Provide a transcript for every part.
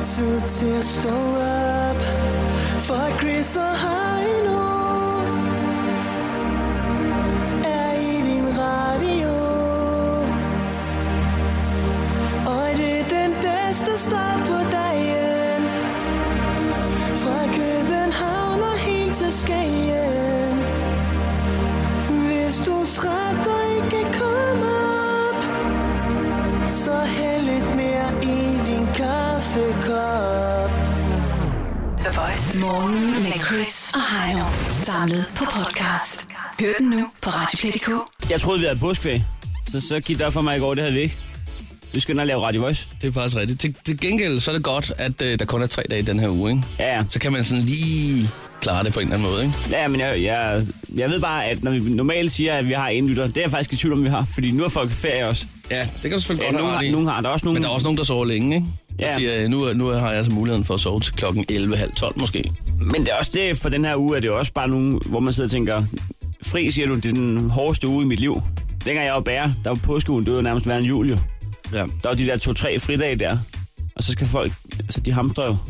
tid til at stå op for Chris og Heino er i din radio. Og det er den bedste start på dagen. Fra København og helt til Skagen. Hvis du er træt og ikke kan komme op, så hæld lidt mere i din kaffekop. The Voice. Morgen med Chris og Heino. Samlet på podcast. Hør den nu på Radioplay.dk. Jeg troede, vi havde påskeferie. Så gik der for mig i går, det havde vi ikke. Vi skal at lave Radio Voice. Det er faktisk rigtigt. Til gengæld så er det godt, at der kun er 3 dage i den her uge, ikke? Ja. Så kan man sådan lige klare det på en eller anden måde, ikke? Ja, men jeg ved bare, at når vi normalt siger, at vi har en lytter, det er jeg faktisk i tvivl om, vi har. Fordi nu er folk ferie også. Ja, det kan du selvfølgelig godt have ret i. Nogen har, der er også nogen... Men der er også nogen, der sover længe, ikke? Ja. Jeg siger, nu har jeg altså muligheden for at sove til klokken 11, halv 12 måske. Men det er også det, for den her uge, er det også bare nogen, hvor man sidder og tænker, fri, siger du, det er den hårdeste uge i mit liv. Dengang jeg var bærer, der var påskeugen, det var nærmest hver en jul, jo. Ja. Der var de der 2-3 fridage der. Og så skal folk, altså de hamstrer jo.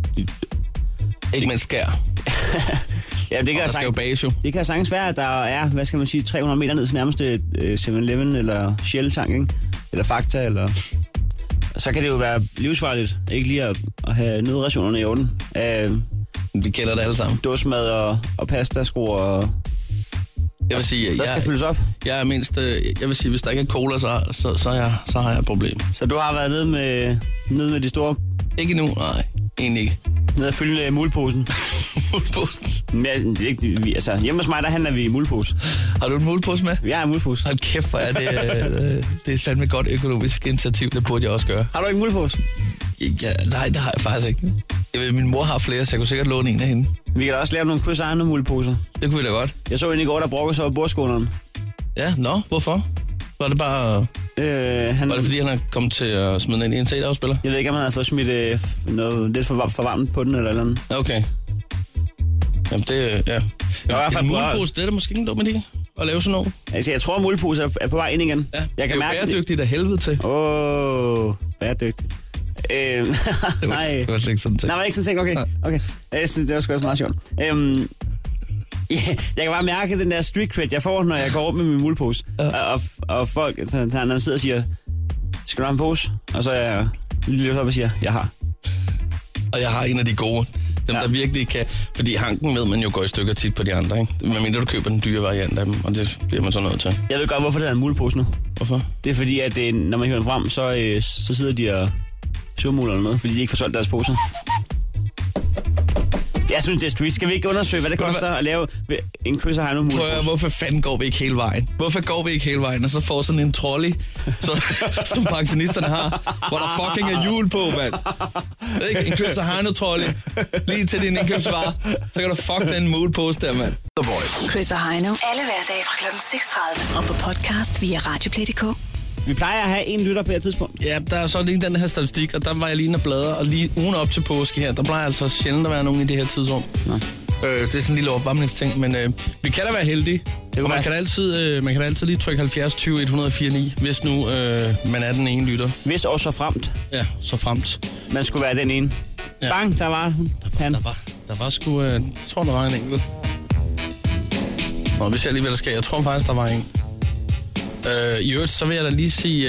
Ikke med skær. Ja, det kan jo bages jo. Det kan sagtens være, at der er, hvad skal man sige, 300 meter ned til nærmeste 7-Eleven eller Shell-tank, ikke? Eller Fakta, eller... Så kan det jo være livsfarligt, ikke lige at have nødrationerne i orden. Vi kender det alle sammen. Dåsemad og pastaskruer og... Jeg vil sige, der skal fyldes op. Jeg er mindst, jeg vil sige, hvis der ikke er cola, så har jeg et problem. Så du har været nede med de store... Ikke nu, nej. Egentlig ikke. Nede at fylde muleposen. Muleposen? Men det er ikke... Altså, hjemme hos mig, der handler vi i mulepose. Har du en mulepose med? Jeg har en mulepose. Hold kæft, hvor er det er fandme et godt økonomisk initiativ, det burde jeg også gøre. Har du ikke en mulepose? Ja, nej, det har jeg faktisk ikke. Min mor har flere, så jeg kunne sikkert låne en af hende. Vi kan da også lave nogle Chris Arne muleposer. Det kunne vi da godt. Jeg så en i går, der brokkede sig over bordskåneren. Ja, hvorfor? Var det bare... Var det fordi, han er kommet til at smide den ind i en CD-afspiller? Jeg ved ikke, om han havde fået smidt noget lidt for varmt på den eller andet. Okay. Jamen det, ja. En mulepose, det er da måske ikke en dum idé at lave sådan noget. Altså, jeg tror, at mulepose er på vej ind igen. Ja, jeg kan mærke, det er bæredygtigt af helvede til. Bæredygtigt. Det var slet ikke sådan ting. Nej, var ikke sådan ting, okay. Jeg synes, det var sgu også meget sjovt. Jeg kan bare mærke den der street cred, jeg får, når jeg går rundt med min mulepose. Og folk, når han sidder og siger, skal du have en pose? Og så er jeg løbet op og siger, jeg har. Og jeg har en af de gode. Dem, der virkelig kan... Fordi hanken ved man jo går i stykker tit på de andre, ikke? Men mindre du køber den dyre variant af dem, og det bliver man så nødt til. Jeg ved godt, hvorfor det er en mulepose nu. Hvorfor? Det er fordi, at når man hiver den frem, så sidder de og surmuler eller noget, fordi de ikke får solgt deres poser. Jeg synes, det er street. Skal vi ikke undersøge, hvad det koster at lave en Chris og Heino mulepose? Prøv at, hvorfor fanden går vi ikke hele vejen? Hvorfor går vi ikke hele vejen, og så får sådan en trolley, som pensionisterne har, hvor der fucking er hjul på, mand? En Chris og Heino trolley, lige til din indkøbsvarer, så kan du fuck den mulepose der, mand. The Voice. Chris og Heino. Alle hverdage fra kl. 6:30. Og på podcast via Radioplay.dk. Vi plejer at have en lytter på et tidspunkt. Ja, der er så lige den her statistik, og der var jeg lige inde og bladre, og lige ugen op til påske her, der plejer altså sjældent at være nogen i det her tidsrum. Det er sådan en lille opvarmningsting, men vi kan da være heldige. Og man kan altid lige trykke 70 20 104 9, hvis nu man er den ene lytter. Hvis og så fremt. Ja, så fremt. Man skulle være den ene. Ja. Bang, der var han. Der var sgu, jeg tror, der var en enkelt. Nå, vi ser lige, hvad der sker. Jeg tror faktisk, der var en. I øvrigt, så vil jeg da lige sige...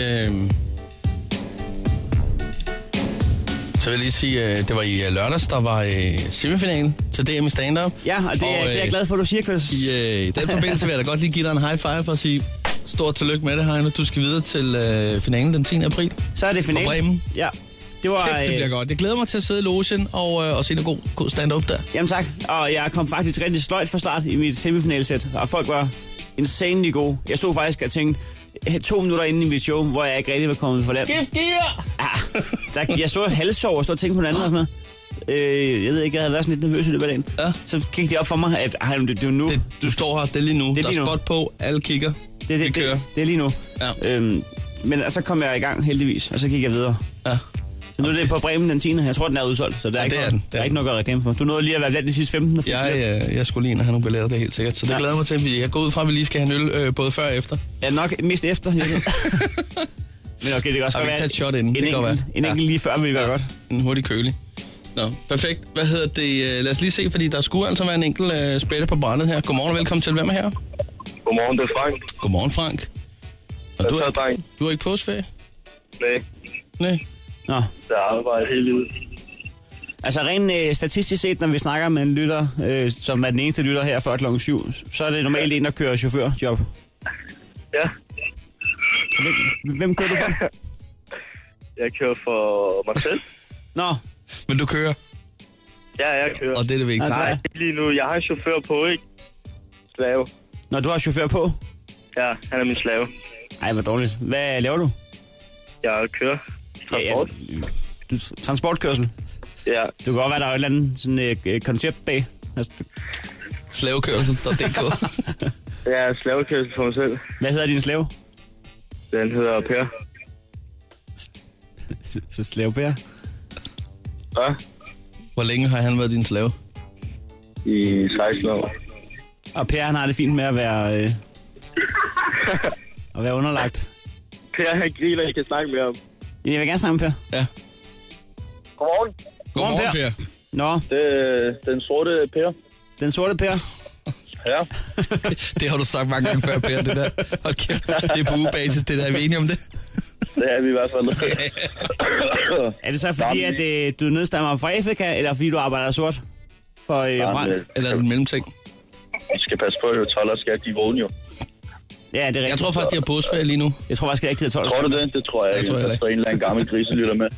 det var i lørdags, der var semifinalen til DM i stand-up. Ja, og det er jeg glad for, at du siger, Chris. I den forbindelse vil jeg da godt lige give dig en high five for at sige stort tillykke med det, Heino. Du skal videre til finalen den 10. april. Så er det finalen. På Bremen. Ja. Det var, det bliver godt. Jeg glæder mig til at sidde i logen og se noget god stand-up der. Jamen tak. Og jeg kom faktisk rigtig sløjt fra start i mit semifinalsæt, og folk var insanely gode. Jeg stod faktisk og tænkte 2 minutter inde i mit show, hvor jeg ikke rigtig var kommet for land. Gift gear! Jeg stod halvsov og stod og tænkte på noget andet og sådan noget. Jeg ved ikke, jeg havde været sådan lidt nervøs i løbet af dagen. Ja. Så gik det op for mig, at det er nu. Du står her, det er lige nu. Der er spot på, alle kigger. Det er lige nu. Ja. Men så kom jeg i gang heldigvis, og så gik jeg videre. Ja. Så nu er det på Bremen den 10. Jeg tror, den er udsolgt, så der er ikke noget at reklame for. Du nåede lige at være blandt de sidste 15. Jeg skulle lige ind og have nogle billetter, det er helt sikkert. Så det glæder mig til, at jeg går ud fra, at vi lige skal have en øl både før og efter. Ja, nok mest efter. Men okay, det kan også Og godt vi være... tager et shot inden, det kan godt være. En enkelt lige før, vil det godt. En hurtig kølig. Nå, perfekt. Hvad hedder det? Lad os lige se, fordi der skulle altså være en enkelt spætte på brændet her. Godmorgen og velkommen til. Hvem er her? Godmorgen, det er Frank. Godmorgen, Frank. Og du er ikke påskeferie? Nej. Nå. Jeg arbejder hele livet. Altså rent statistisk set, når vi snakker med en lytter, som er den eneste lytter her før klokken 7, så er det normalt en, der kører chaufførjob. Ja. Hvem kører du for? Jeg kører for mig selv. Nå. Men du kører? Ja, jeg kører. Og det er det vigtigste. Nej. Ikke lige nu. Jeg har en chauffør på, ikke? Slave. Når du har chauffør på? Ja, han er min slave. Ej, hvor dårligt. Hvad laver du? Jeg kører transport. Ja, transportkørsel? Ja. Det kan godt være, der er et eller andet sådan, koncept bag. Altså, Slavekørsel.dk. Jeg er slavekørsel for mig selv. Hvad hedder din slave? Den hedder Per. Så slave Per? Ja. Hvor længe har han været din slave? I 16 år. Og Per, han har det fint med at være, at være underlagt. Per, han griner, jeg kan snakke med ham. Jeg vil gerne snakke med Per. Ja. Godmorgen. Godmorgen, Per. Nå, Det er den sorte Per. den sorte Per. Ja. Det har du sagt mange gange før, Per, det der. Hold kæft, det er på ugebasis, det der. Er vi enige om det? Det er vi i hvert fald. Er det så fordi, at du nedstammer fra Afrika, eller fordi du arbejder sort for Frank? Eller er det en mellemting? Vi skal passe på, at 12 skat, de vågne jo. Ja, det er rigtigt. Jeg tror faktisk, de har påskeferie lige nu. Jeg tror faktisk, jeg ikke hedder 12. Tror du det? Det tror jeg ikke. Der er en eller anden gammel griselytter med.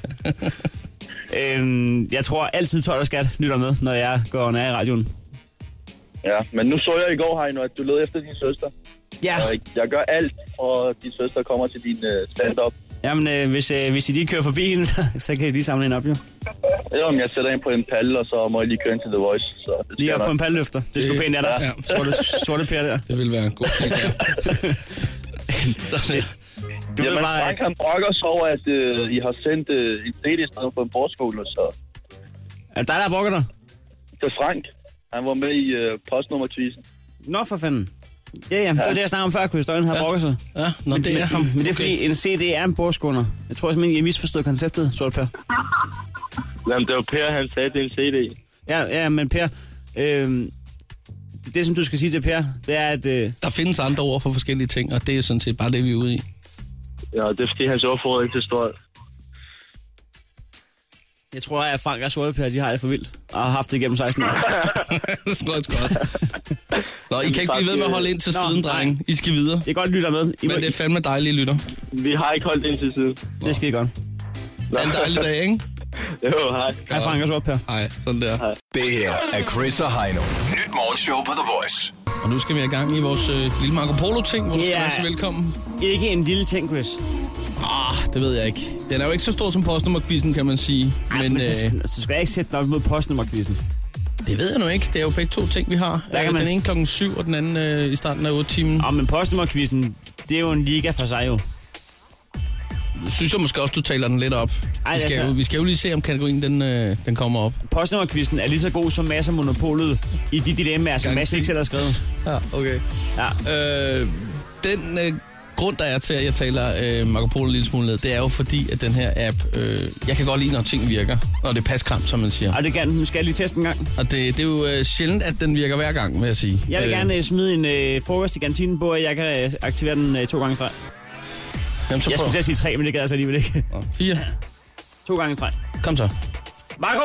Jeg tror altid 12 skat lytter med, når jeg går nær i radioen. Ja, men nu så jeg i går, Heino, at du leder efter din søster. Ja. Jeg gør alt, for at din søster kommer til din stand-up. Jamen, hvis I lige kører forbi hende, så kan I lige samle hende op, jo. Jamen, jeg sætter ind på en palle, og så må jeg lige køre ind til The Voice. Så det Lige op på en palleløfter. Det skulle pænt af dig. Ja. Sorte Per der. Det ville være en god ting, ja. Sådan, Du ved bare... Frank, han brokker sig over, at I har sendt en CD i stedet for en borskole, så... Er det dig, der brokker dig? Det er Frank. Han var med i postnummerquizzen. Nå, for fanden. Ja, det var det, jeg snakkede om før, Chris Døgn har brokket sig. Ja, det er ham. Men det er fordi, en CD er en bordskåner. Jeg tror simpelthen, jeg misforstod konceptet, Sort Per. Jamen, det var Per, han sagde, det er en CD. Ja, men Per... det, som du skal sige til Per, det er, at... Der findes andre ord for forskellige ting, og det er sådan set bare det, vi er ude i. Ja, det er fordi, hans ordforråd ikke til stort. Jeg tror, at Frank og Sorte Per, de har det for vildt. Og har haft det igennem 16 år. Det tror jeg sgu også. Nå, I kan ikke blive ved med at holde ind til siden, drenge. I skal videre. Det er godt, lytter med. Men det er fandme dejlige lytter. Vi har ikke holdt ind til siden. Det skal I godt. Det er en dejlig dag, ikke? Jo, hej. Hej Frank og Sorte Per. Hej, sådan der. Hej. Det her er Chris og Heino. Nyt morgenshow på The Voice. Og nu skal vi i gang i vores lille Marco Polo-ting, hvor du skal være så velkommen. Ikke en lille ting, Chris. Det ved jeg ikke. Den er jo ikke så stor som postnummerquizzen, kan man sige. Men så skal jeg ikke sætte den op mod postnummerquizzen. Det ved jeg nu ikke. Det er jo begge to ting, vi har. Den ene klokken 7, og den anden i starten af 8-timen. Men postnummerquizzen, det er jo en liga for sig jo. Jeg synes jeg måske også, du taler den lidt op. Vi skal jo lige se, om kategorien den kommer op. Postnummerquizzen er lige så god som Mads og Monopolet i de dilemmaer, som Mads ikke selv har skrevet. Ja, okay. Ja. Den grund, der er til, at jeg taler Marco Polo en lille smule ned, det er jo fordi, at den her app... jeg kan godt lide, når ting virker. Og det er paskram, som man siger. Og det kan den. Skal jeg lige teste en gang? Og det er jo sjældent, at den virker hver gang, vil jeg sige. Jeg vil gerne smide en frokost i kantinen, hvor jeg kan aktivere den 2 gange i streg. Jamen, så jeg skulle til at sige 3, men det gad jeg så alligevel ikke. 4. 2 gange i streg. Kom så. Marco!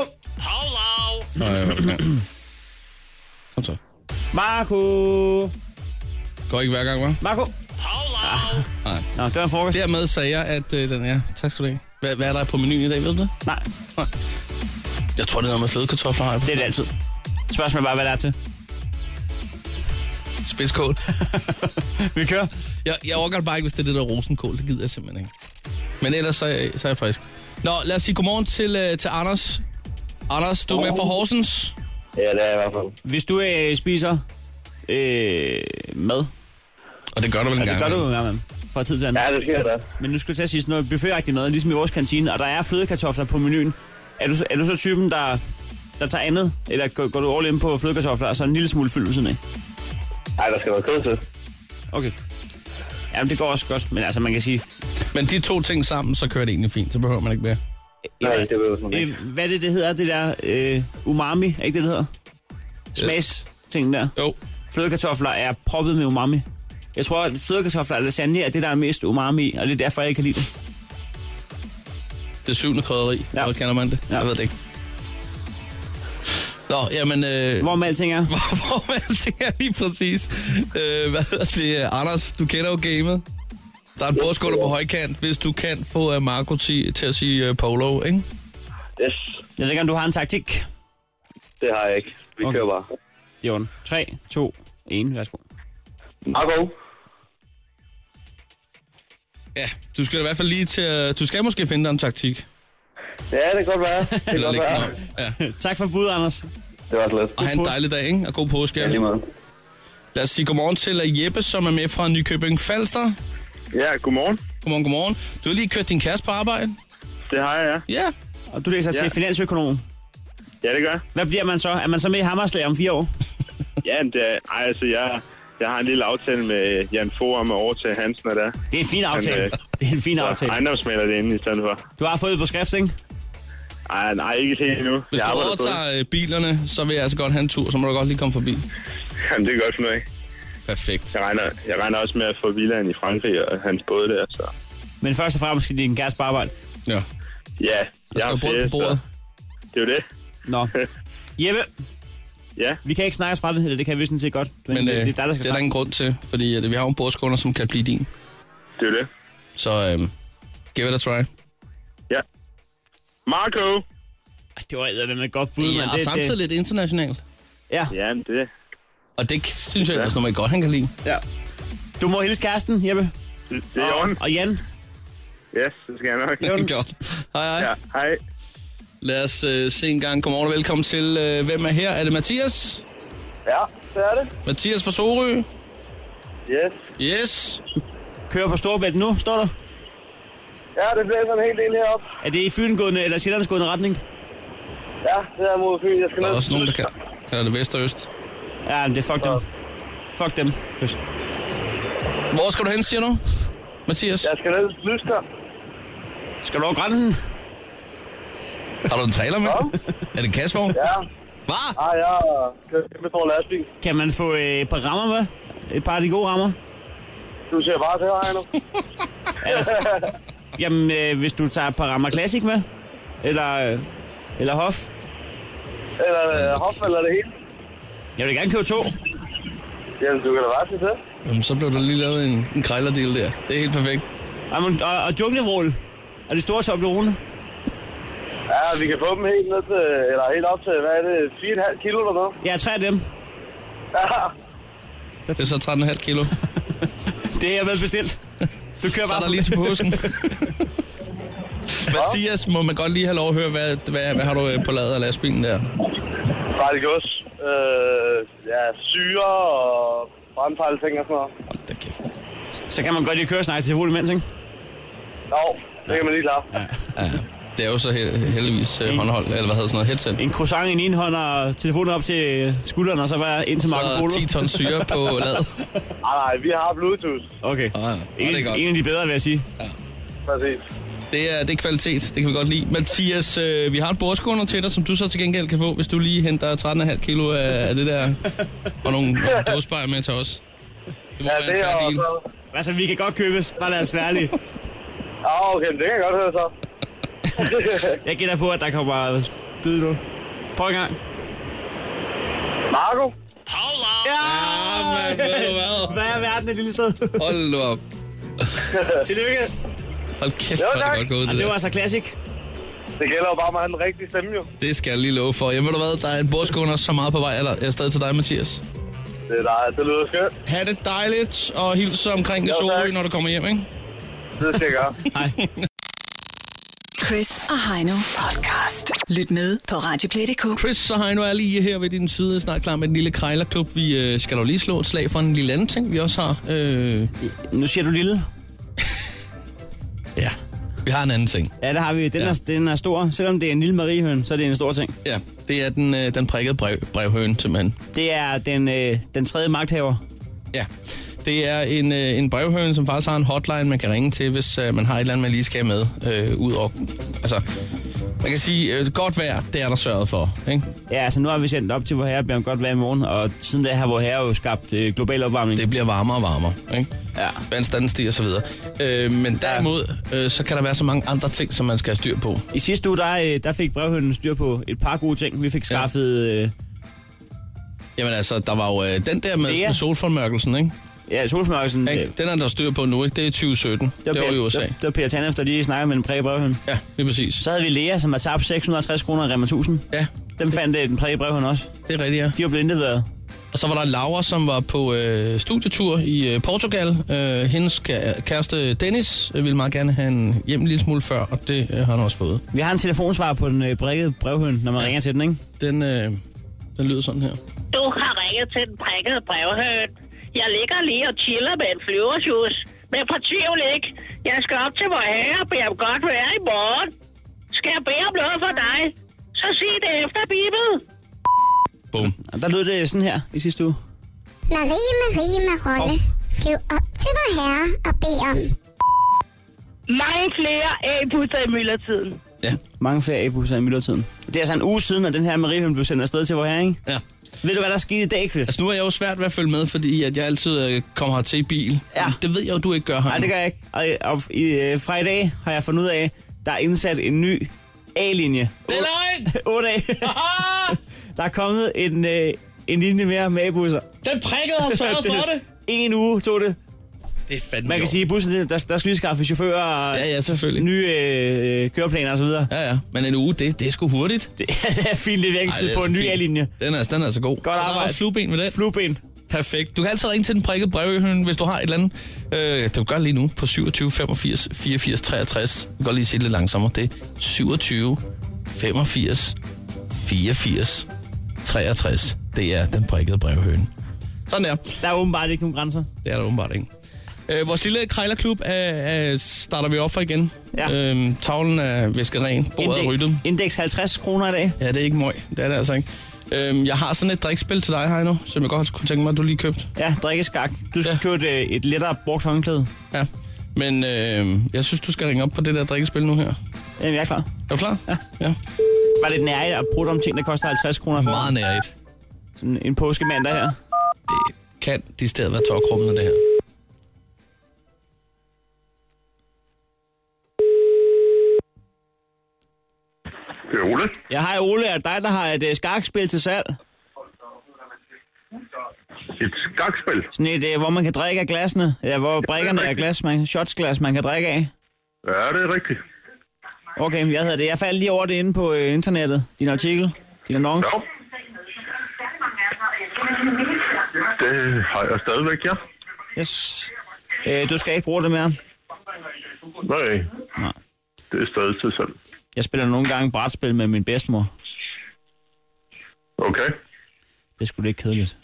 Kom så. Marco! Går ikke hver gang, hva'? Marco! Nej. Nå, det var en frokost. Dermed sagde jeg, at den er... Tak skal du have. Hvad er der på menuen i dag, ved du det? Nej. Jeg tror, det er noget med flødekartofler. Det er det altid. Spørgsmålet bare, hvad der er til. Spidskål. Vi kører. Jeg overgår bare ikke, hvis det er det der rosenkål. Det gider jeg simpelthen ikke. Men ellers så er jeg frisk. Nå, lad os sige godmorgen til Anders. Anders, du er med fra Horsens. Ja, det er jeg i hvert fald. Hvis du spiser mad. Og det gør du vel en gang. Det gør du jo, fra tid til anden. Ja, det sker da. Men nu skal jeg til at sige sådan noget buffetagtigt mad, ligesom i vores kantine, og der er flødekartofler på menuen. Er du så typen, der tager andet? Eller går du all in på flødekartofler, og så en lille smule fyldt ved siden af? Nej, der skal være kød til. Okay. Jamen, det går også godt, men altså, man kan sige... Men de to ting sammen, så kører det egentlig fint. Så behøver man ikke mere. Nej, det ved jeg ikke. Hvad er det hedder, det der umami? Er ikke det hedder? Smagsting der. Jo. Flødekartofler er proppet med umami. Jeg tror, at flødekartofler og lasagne er det, der er mest umami i, og det er derfor, jeg ikke kan lide det. Det 7. krydderi. Ja. Hvor kender man det? Ja. Jeg ved det ikke. Nå, jamen... Hvor med alting er? Hvor med alting er lige præcis. Hvad hedder det? Anders, du kender jo gamet. Der er en bordskåler på højkant, hvis du kan få Marco til at sige polo, ikke? Yes, Jeg ved ikke, om du har en taktik. det har jeg ikke. Vi kører bare. Det er 3, 2, 1, værsgo. Marco. Ja, du skal i hvert fald lige til... Du skal måske finde dig en taktik. Ja, det kan godt være. Det kan Eller godt lægge den være. op. Ja. Tak for budet, Anders. Det var slet. Og have en dejlig dag, ikke? Og god påske. Ja, lige meget. Lad os sige godmorgen til Jeppe, som er med fra Nykøbing Falster. Ja, godmorgen. Godmorgen. Du har lige kørt din kæreste på arbejde. Det har jeg, ja. Ja. Og du læser til finansøkonom. Ja, det gør jeg. Hvad bliver man så? Er man så med i Hammerslag om 4 år? Ja, det er, altså, jeg har en lille aftale med Jan Fogh om at overtage Hansen og der. Det er en fin aftale. Det er en fin aftale. Ejendomsmaler det inde i stedet for. Du har fået det på skrift, ikke? Nej, ikke helt endnu. Hvis Jeg du arbejder på det. overtager bilerne, så vil jeg altså godt have en tur, så må du godt lige komme forbi. Jamen, det er godt for noget. Perfekt. Jeg regner også med at få villaen i Frankrig og hans båd der, så... Men først og fremmest skal din kæreste på arbejde. Ja. Ja, Der skal jo brød på bordet. Det er jo det. Nå. Jeppe, Ja, vi kan ikke snakke os fra det, eller det kan vi sådan set godt. Men det er dig, der det skal er der ingen grund til, fordi vi har jo en bordskåler, som kan blive din. det er jo det. Så give it a try. Ja. Marco! Det var eddermame et godt bud, Ja, men og samtidig lidt internationalt. Ja. Ja, det Og det synes jeg ellers noget godt, han kan lide. Ja. Du må hilse kæresten, Jeppe. er i orden. Og Jan. Yes, det skal jeg nok. Godt. Hej, hej. Ja, hej. Lad os se en gang. Godmorgen og velkommen til. Hvem er her? Er det Mathias? Ja, det er det. Mathias fra Sorø? Yes. Yes. Kører på Storebælt nu, står der. Ja, det bliver sådan en hel del heroppe. Er det i Fyngående eller Sjællandsgående retning? Ja, det er mod Fyn. Jeg skal Der er ned. også nogen, der kalder det vest og øst. Ja, men det er fuck dem. Fuck dem. Øst. Hvor skal du hen, siger du? Mathias? Jeg skal ned til Lyster. Skal du over grænsen? Har du en trailer med? Er det en kassevogn? Ja. Hvad? Ah, jeg kører med på lastbil. Kan man få et par rammer med? Et par af de gode rammer? Du ser bare til her nu. Jamen, hvis du tager et par rammer Classic med? Eller Hof? Eller Hof, eller det hele. Jeg vil gerne købe 2. Jamen, du kan da bare se til. Jamen, så blev der lige lavet en krejlerdel der. Det er helt perfekt. Jamen, og junglevrål. Og de store Toblerone. Ja, vi kan få dem helt ned til, eller helt op til, hvad er det, 4,5 kilo eller noget? Ja, 3 af dem. Ja, Det er så 13,5 kilo. Det er vel bestilt. Du kører Så er bare der lige til påsken. Mathias, må man godt lige have lov at høre, hvad har du på ladet af lastbilen der? bare det gods. Ja, syre og brandfejl ting og sådan noget. Hold da kæft. Så kan man godt lige køre snart til fuld imens, ikke? Jo, det kan man lige klare. Ja, det er jo så heldigvis håndhold, eller hvad hedder sådan noget, headset. En croissant i en ene hånd og telefonen op til skulderen, og så bare ind til Marco Polo. Så 10 ton syre på ladet. Nej, vi har Bluetooth. Okay. Ja, det er godt. En af de bedre, vil jeg sige. Præcis. Det er kvalitet, det kan vi godt lide. Mathias, vi har et bordskåner til dig, som du så til gengæld kan få, hvis du lige henter 13,5 kilo af det der, og nogle dåsebajer med til os. Det må Ja, være en det fair er deal. også... Altså, vi kan godt købes. Bare lad os være ærlige. Ja, okay, det kan jeg godt høre så. Jeg gætter på, at der kommer spyd nu. Prøv en gang. Marco? Ja! men ved du hvad? Hvad er verden et lille sted? Hold nu op. Tillykke. Hold kæft, Jo, hvor er tak. det godt gået, Og det det var der. altså classic. Det gælder jo bare om at have den rigtige stemme, jo. Det skal jeg lige love for. Jamen ved du hvad, der er en bordskåner så meget på vej, eller er stadig til dig, Mathias. Det er dig. Det lyder skønt. Ha' det dejligt, og hils omkring Jo, Sorø, tak. når du kommer hjem, ikke? Det skal jeg gøre. Hej. Chris og Heino podcast. Lyt med på Radioplay.dk. Chris og Heino er lige her ved din side, snart klar med den lille krejlerklub. Vi skal dog lige slå et slag for en lille anden ting, vi også har. Nu siger du lille. Ja, vi har en anden ting. Ja, det har vi. Den er stor. Selvom det er en lille mariehøn, så er det en stor ting. Ja, det er den prikkede brevhøn, simpelthen. Det er den tredje magthaver. Ja, Det er en brevhøne, som faktisk har en hotline, man kan ringe til, hvis man har et eller andet, man lige skal have med ud og... Altså, man kan sige, godt vejr, det er der sørget for, ikke? Ja, altså nu har vi sendt op til Vorherre, bliver godt vejr i morgen, og siden da har Vorherre jo skabt global opvarmning. Det bliver varmere og varmere, ikke? Ja. Vandstanden stiger og så videre. Men derimod, så kan der være så mange andre ting, som man skal have styr på. I sidste uge, der fik brevhønen styr på et par gode ting. Vi fik skaffet... Jamen altså, der var jo den der med solformørkelsen, ikke? Ja, solformørkelsen. Den er der styr på nu, ikke? Det er 2017. Det var i USA. Det var Per Tanef, der lige snakkede med en præge brevhøn. Ja, det er præcis. Så havde vi Lea, som var tabt 650 kroner i Rema 1000. Ja. Dem fandt den præge brevhøn også. Det er rigtigt, ja. De var blevet indleveret. Og så var der Laura, som var på studietur i Portugal. Hendes kæreste Dennis ville meget gerne have en hjem en lille smule før, og det har han også fået. Vi har en telefonsvar på den prikkede brevhøn, når man ringer til den, ikke? Den lyder sådan her. Du har ringet til den prikkede brevhøn. Jeg ligger lige og chiller med en flyvershus. Men fortvivl ikke. Jeg skal op til Vorherre og bede om godt vejr i morgen. Skal jeg bede om noget for dig? Så sig det efter, Bibel. Bum. Der lød det sådan her i sidste uge. Marie med Rolle. Flyv op til Vorherre og bed om. Mange flere A-busser i myldretiden. Ja. Mange flere A-busser i myldretiden. Det er altså en uge siden, at den her Marie blev sendt afsted til Vorherre, ikke? Ja. Ved du, hvad der skete i dag, Chris? Altså, nu er jeg jo svært ved at følge med, fordi at jeg altid kommer hertil i bil. Ja. Det ved jeg jo, du ikke gør her. Nej, det gør jeg ikke. Og fra i dag har jeg fundet ud af, der er indsat en ny A-linje. Det er løgn! 8 A. Der er kommet en linje mere med A-busser. Den prikkede har sørget for det. En uge tog det. Det er fandme. Man kan sige, at bussen, der skal lige skaffe chauffører og selvfølgelig. nye køreplaner og så videre. Ja. Men en uge, det er sgu hurtigt. Det er fint leveringstid på en ny A-linje. Den er så god. Godt arbejde. Så der er også flueben med den. Flueben. Perfekt. Du kan altid ringe til den prikkede brevhøn, hvis du har et eller andet. Det kan gøre lige nu på 27 85 84 63. Jeg kan godt lige sige det lidt langsommere. Det er 27 85 84 63. Det er den prikkede brevhøn. Sådan der. Der er åbenbart ikke nogen grænser. Det er der åbenbart ikke. Vores lille krejlerklub starter vi op for igen. Ja. Tavlen er visket ren, bordet er ryddet. Indeks 50 kroner i dag. Ja, det er ikke møg. Det er det altså ikke. Jeg har sådan et drikspil til dig, Heino, som jeg godt kunne tænke mig, at du lige købte. Ja, drikkeskak. Du skal købe et lettere brugt håndklæde. Ja, men jeg synes, du skal ringe op på det der drikkespil nu her. Jamen, jeg er klar. Er du klar? Ja. Var lidt nærigt at bruge om ting, der koster 50 kroner for? Meget nærigt. Sådan en påskemandag her. Det kan de steder være tårkrummende, det her. Det er Ole. Ja, hej Ole. Er det dig, der har et skakspil til salg? Et skakspil? Sådan et, hvor man kan drikke af glasene. Ja, hvor brikkerne er glas, shotsglas, man kan drikke af. Ja, det er rigtigt. Okay, jeg faldt lige over det inde på internettet. Din artikel, din annonce. Ja. Det har jeg stadigvæk, ja. Yes. Du skal ikke bruge det mere? Nej. Det er stadig til selv. Jeg spiller nogle gange brætspil med min bedstemor. Okay. Det er sgu da ikke kedeligt.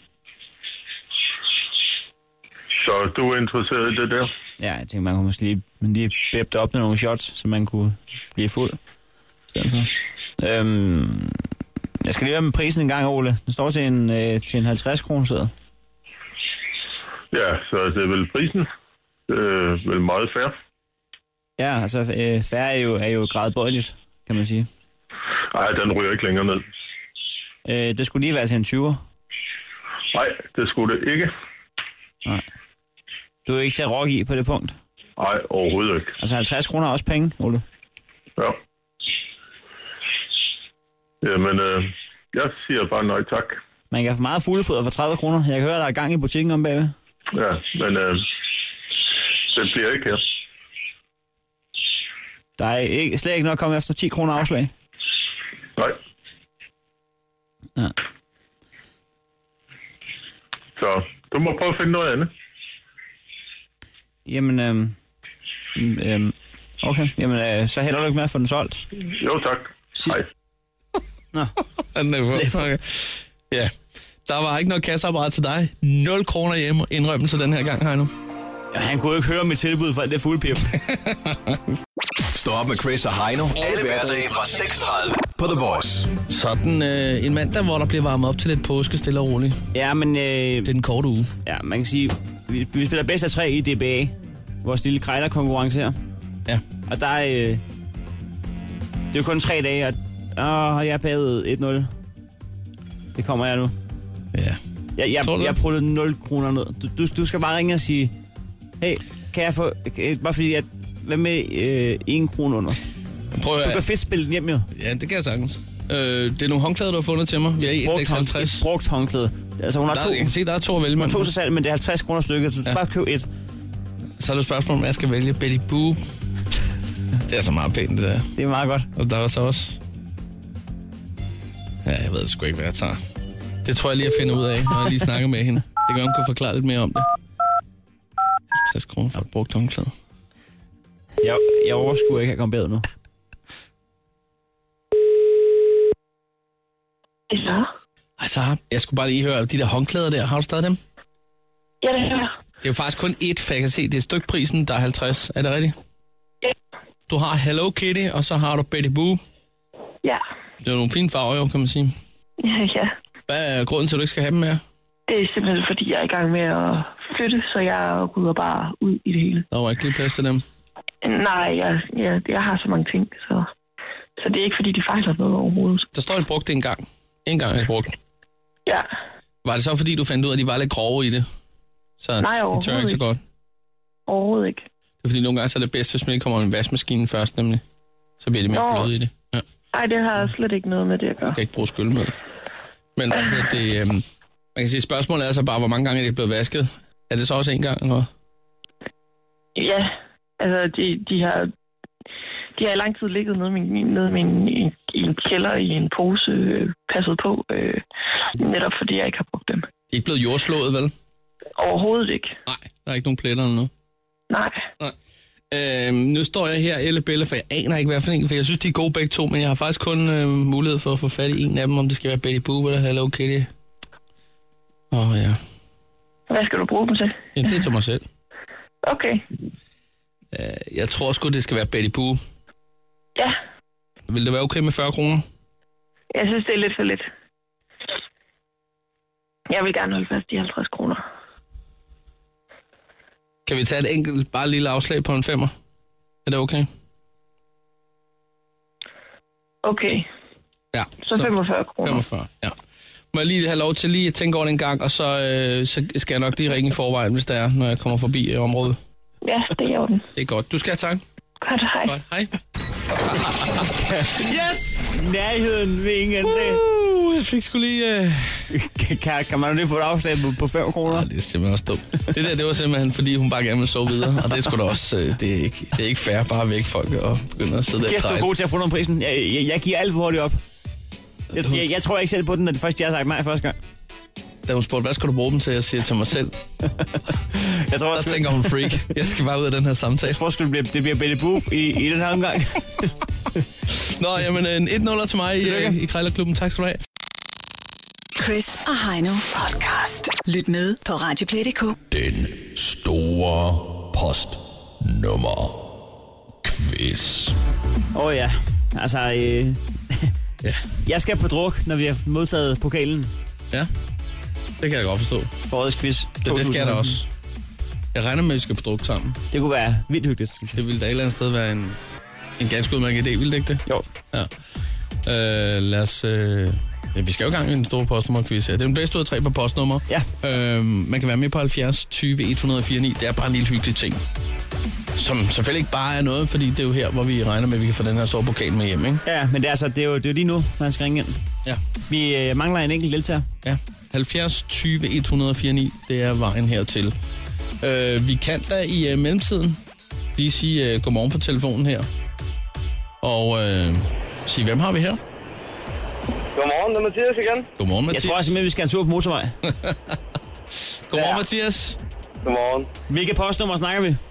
Så du er interesseret i det der? Ja, jeg tænker, man kunne måske lige bæbe op med nogle shots, så man kunne blive fuld. Jeg skal lige høre med prisen en gang, Ole. Den står til en 50 kroner sæde. Ja, så det er vel prisen. Det er vel meget fair. Ja, altså fair er jo gradbøjeligt, kan man sige. Nej, den ryger ikke længere ned. Det skulle lige være til en 20'er. Nej, det skulle det ikke. Nej. Du er ikke til at rokke i på det punkt? Nej, overhovedet ikke. Altså 50 kroner er også penge, Ole? Ja. Jamen, jeg siger bare nej tak. Man kan få meget fuglefoder for 30 kroner. Jeg kan høre, der er gang i butikken om bagved. Ja, men det bliver ikke her. Der er slet ikke noget at komme efter 10 kroner afslag? Nej. Ja. Så du må prøve at finde noget andet. Jamen, okay. Jamen, så hælder du ikke med at få den solgt? Jo, tak. Hej. Nå. Okay. Ja, der var ikke noget kasseapparat til dig. 0 kroner hjemme indrømmelse den her gang, Heino. Ja, han kunne ikke høre mit tilbud for alt det fuldpip. Stå op med Chris og Heino. Alle hverdage fra 6:30 på The Voice. Sådan en mandag, hvor der bliver varmet op til lidt påske, stille og roligt. Ja, men... det er en kort uge. Ja, man kan sige... vi spiller bedst af 3 i DBA. Vores lille krejlerkonkurrence her. Ja. Og der er... det er jo kun 3 dage, og jeg er bagud 1-0. Det kommer jeg nu. Ja. Jeg prøvede 0 kroner ned. Du skal bare ringe og sige, hey, kan jeg få... Bare fordi, at... Hvad med 1 krone under? Du kan fedt spille den hjem, jo. Ja, det kan jeg sagtens. Det er nogle håndklæder, du har fundet til mig. Vi er i 50. Et brugt håndklæde. Altså, hun har jeg kan se, der er 2 at vælge med. Hun har 2 til salg, men det er 50 kroner stykket, så du skal bare købe 1. Så er det et spørgsmål, om jeg skal vælge Betty Boo. Det er så meget pænt, det der. Det er meget godt. Og der er så også... Ja, jeg ved det sgu ikke, hvad jeg tager. Det tror jeg lige at finde ud af, når jeg lige snakker med hende. Det kan hun kunne forklare lidt mere om det. 50 kroner for et brugt håndklæde. Jeg overskuer ikke at komme bedre nu. Hej Sara, jeg skulle bare lige høre, de der håndklæder der, har du stadig dem? Ja, det har jeg. Det er jo faktisk kun 1, for jeg kan se, det er stykprisen, der er 50. Er det rigtigt? Ja. Du har Hello Kitty, og så har du Betty Boo. Ja. Det er nogle fine farver, jo, kan man sige. Ja. Hvad er grunden til, at du ikke skal have dem mere? Det er simpelthen, fordi jeg er i gang med at flytte, så jeg rydder bare ud i det hele. Der var ikke lige plads til dem? Nej, jeg har så mange ting, så det er ikke, fordi de fejler noget overhovedet. Der står, at du brugte det en gang. En gang er det brugt. Ja. Var det så, fordi du fandt ud af, at de var lidt grove i det? Så nej, de tør ikke så godt? Overhovedet ikke. Det er fordi, nogle gange så er det bedst, hvis man ikke kommer en vaskemaskine først, nemlig. Så bliver det mere bløde i det. Ja. Nej, det har slet ikke noget med det at gøre. Du kan ikke bruge skyldemiddel. Men man kan sige, spørgsmålet er så bare, hvor mange gange er det blevet vasket? Er det så også en gang eller noget? Ja, altså de har i lang tid ligget nede i en kælder i en pose, passet på, netop fordi jeg ikke har brugt dem. De er ikke blevet jordslået, vel? Overhovedet ikke. Nej, der er ikke nogen pletter eller noget? Nej. Nu står jeg her, Elle Belle, for jeg aner ikke, hvad for en, for jeg synes, de er gode begge to, men jeg har faktisk kun mulighed for at få fat i en af dem, om det skal være Betty Boo eller Hello Kitty. Ja. Hvad skal du bruge dem til? Ja, det er til mig selv. Okay. Jeg tror sgu, det skal være Betty Boo. Ja. Vil det være okay med 40 kroner? Jeg synes, det er lidt for lidt. Jeg vil gerne holde fast i 50 kroner. Kan vi tage et enkelt, bare et lille afslag på en 5'er? Er det okay? Okay. Ja. Så 45 kroner. 45, ja. Må jeg lige have lov til lige at tænke over det en gang, og så skal jeg nok lige ringe i forvejen, hvis der er, når jeg kommer forbi området. Ja, det er orden. Det er godt. Du skal have tak. Godt, hej. Godt, hej. Yes! Nærheden ved ingen til. Jeg fik sgu lige... Kan man jo lige få et afslag på 5 kroner? Ja, det er simpelthen også dumt. Det var simpelthen, fordi hun bare gerne ville sove videre. Og det er sgu da også... Det er ikke fair bare at vække folk og begynde at sidde der og Kæft, du er god til at få noget om prisen. Jeg giver alt for hurtigt op. Jeg tror ikke selv på den, når det først jeg har sagt nej første gang. Da hun spurgte, hvad skal du bruge dem til? Jeg siger til mig selv. Jeg tror, der tænker hun freak. Jeg skal bare ud af den her samtale. Jeg tror det bliver Betty Boo i den her omgang. Nå, jamen en 1-0 til mig i Krejlerklubben. Tak skal du have. Chris og Heino podcast. Lyt med på Radioplay.dk. Den store postnummer quiz. Ja, altså... Ja. Jeg skal på druk, når vi har modtaget pokalen. Ja, det kan jeg godt forstå. Forårets quiz. Det skal der også. Jeg regner med, at vi skal på druk sammen. Det kunne være vildt hyggeligt, synes jeg. Det ville da et eller andet sted være en ganske udmærket idé, ville det ikke det? Jo. Ja. Lad os... vi skal jo i gang med den store postnummer-quiz her. Det er den bedste ud af 3 på postnummer. Ja. Man kan være med på 70 20 104 9. Det er bare en lille hyggelig ting. Som selvfølgelig ikke bare er noget, fordi det er jo her, hvor vi regner med, at vi kan få den her store pokal med hjem, ikke? Ja, men det er jo lige nu, man skal ringe ind. Ja. Vi mangler en enkelt deltager. Ja. 70 20 104 9. Det er vejen hertil. Vi kan da i mellemtiden lige sige godmorgen på telefonen her. Og sige, hvem har vi her? Godmorgen, det er Mathias igen. Godmorgen, Mathias. Jeg tror simpelthen, vi skal en tur på motorvej. Godmorgen, Mathias. Godmorgen. Hvilke postnummer snakker vi?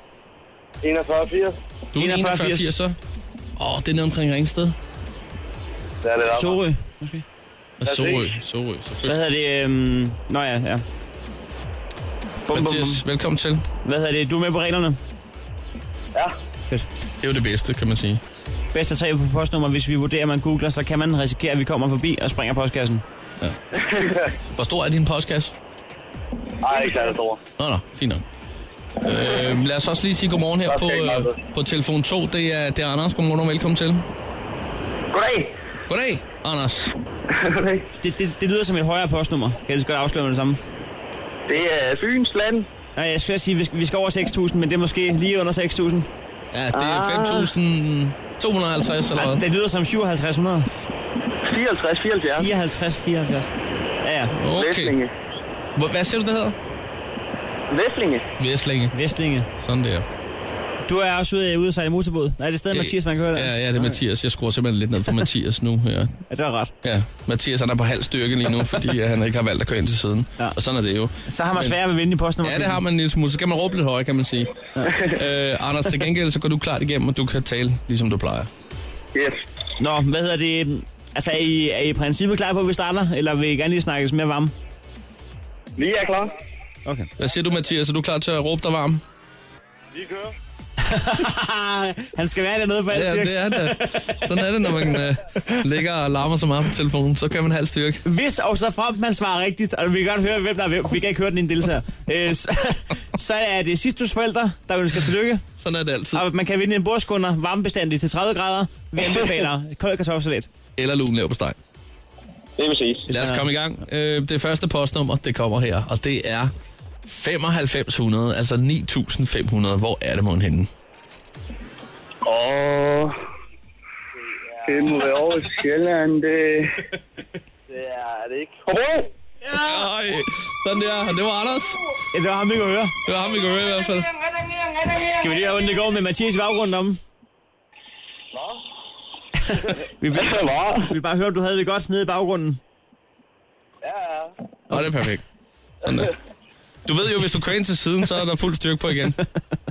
4180. Du er 4180, så? Det er nede omkring Ringsted. Det er det der. Sorø, måske. Sorø. Hvad hedder det? Nå ja. Mathias, velkommen til. Hvad hedder det? Du er med på reglerne? Ja. Fedt. Det er jo det bedste, kan man sige. Bedst at tage på postnummer, hvis vi vurderer, at man googler, så kan man risikere, at vi kommer forbi og springer postkassen. Ja. Hvor stor er din postkasse? Nej, ikke særlig stor. Nå, fint nok. Lad os også lige sige godmorgen her på telefon 2. Det er Anders. Godmorgen og velkommen til. Goddag. Goddag, Anders. Goddag. Det lyder som et højere postnummer. Kan jeg godt afsløre med det samme? Det er Fyns Land. Nej, jeg skal sige, vi skal over 6.000, men det er måske lige under 6.000. Ja, det er 5.250 eller hvad? Det lyder som 5700. 54, 74. 54, 74. Ja. Okay. Væslinge. Hvad siger du, det hedder? Væslinge. Sådan der. Du er også ude at sejle motorbåd. Nej, det er stadig Mathias, man kan høre det. Ja, det er Mathias. Jeg skruer simpelthen lidt ned for Mathias nu. Ja, det var ret. Ja, Mathias han er på halv styrke lige nu, fordi han ikke har valgt at køre ind til siden. Ja. Og sådan er det jo. Så har man svært ved at vinde i postnummer. Ja, det har man en lille smule. Så kan man råbe lidt højere, kan man sige. Ja. Anders, til gengæld, så går du klart igennem, og du kan tale, ligesom du plejer. Yes. Nå, hvad hedder det? Altså, er I i princippet klar på, at vi starter? Eller vil I gerne lige snakkes mere varme? Vi er klar. Okay. Hvad siger du, Mathias? Er du klar til at råbe dig varm? Vi kører. Han skal være dernede på halv styrke. Ja, det er det. Sådan er det, når man ligger og larmer så meget på telefonen. Så kan man halv styrke. Hvis og så frem man svarer rigtigt, og vi kan godt høre, hvem der er hvem. Vi kan ikke høre den i en deltager. Så er det Sistus forældre, der ønsker tillykke. Sådan er det altid. Og man kan vinde en bordskunder varmebestandig til 30 grader. Vi anbefaler kold kartoffelsalat. Eller lun leverpostej. Det vil sige. Lad os komme i gang. Det første postnummer, det kommer her, og det er 9500, altså 9.500. Hvor er det mon henne? Det må være over Sjælland, det er det ikke. Hobro! Ja! Sådan der, det var Anders. Ja, det var ham, vi kunne høre. Det var ham, vi kunne høre i hvert fald. Skal vi lige have, hvordan det går med Mathias i baggrunden om? Vi vil bare høre, om du havde det godt nede i baggrunden. Ja. Det er perfekt. Sådan der. Du ved jo, hvis du kører ind til siden, så er der fuld styrke på igen. Vi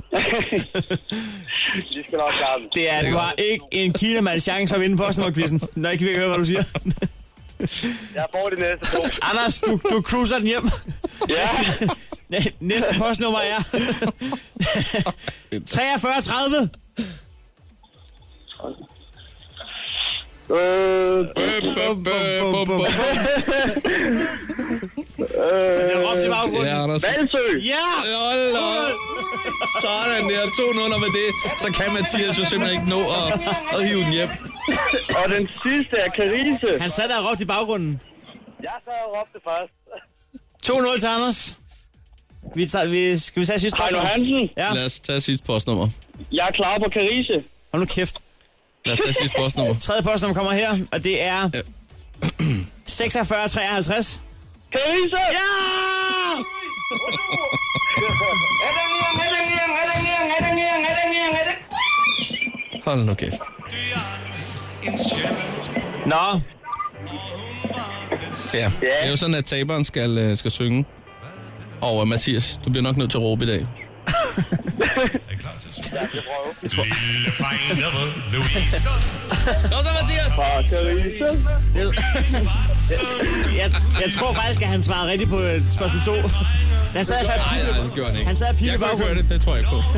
skal nok klare det. Det er, du har ikke en kilomands chance for at vinde postnummerquizzen, når ikke vi kan høre, hvad du siger. Jeg får det næste punkt. Anders, du cruiser den hjem. Ja. Næste postnummer er 4330. Valsø! Ja! Sådan der, 2-0 med det. Så kan Mathias jo simpelthen ikke nå at hive den hjem. Og den sidste er Carise. Han sad der og råbte i baggrunden. Jeg sad og råbte først. 2-0 til Anders. Skal vi tage sidste Heino postnummer? Hansen. Ja. Lad os tage sidste postnummer. Jeg er klar på Carise. Hold nu kæft. Lad os tage sidste postnummer. Tredje postnummer kommer her, og det er 4653. Carise! Ja! Hold nu kæft. Nå. Ja, det er jo sådan, at taberen skal synge. Og Mathias, du bliver nok nødt til at råbe i dag. Lille fejlede Louise. Kom så, Mathias! Fra Carise. Jeg tror faktisk, at han svarede rigtigt på spørgsmål 2. Han sad Nej, det gjorde han ikke. Han sad og pile Jeg kunne ikke høre baggrunden. det tror jeg ikke på.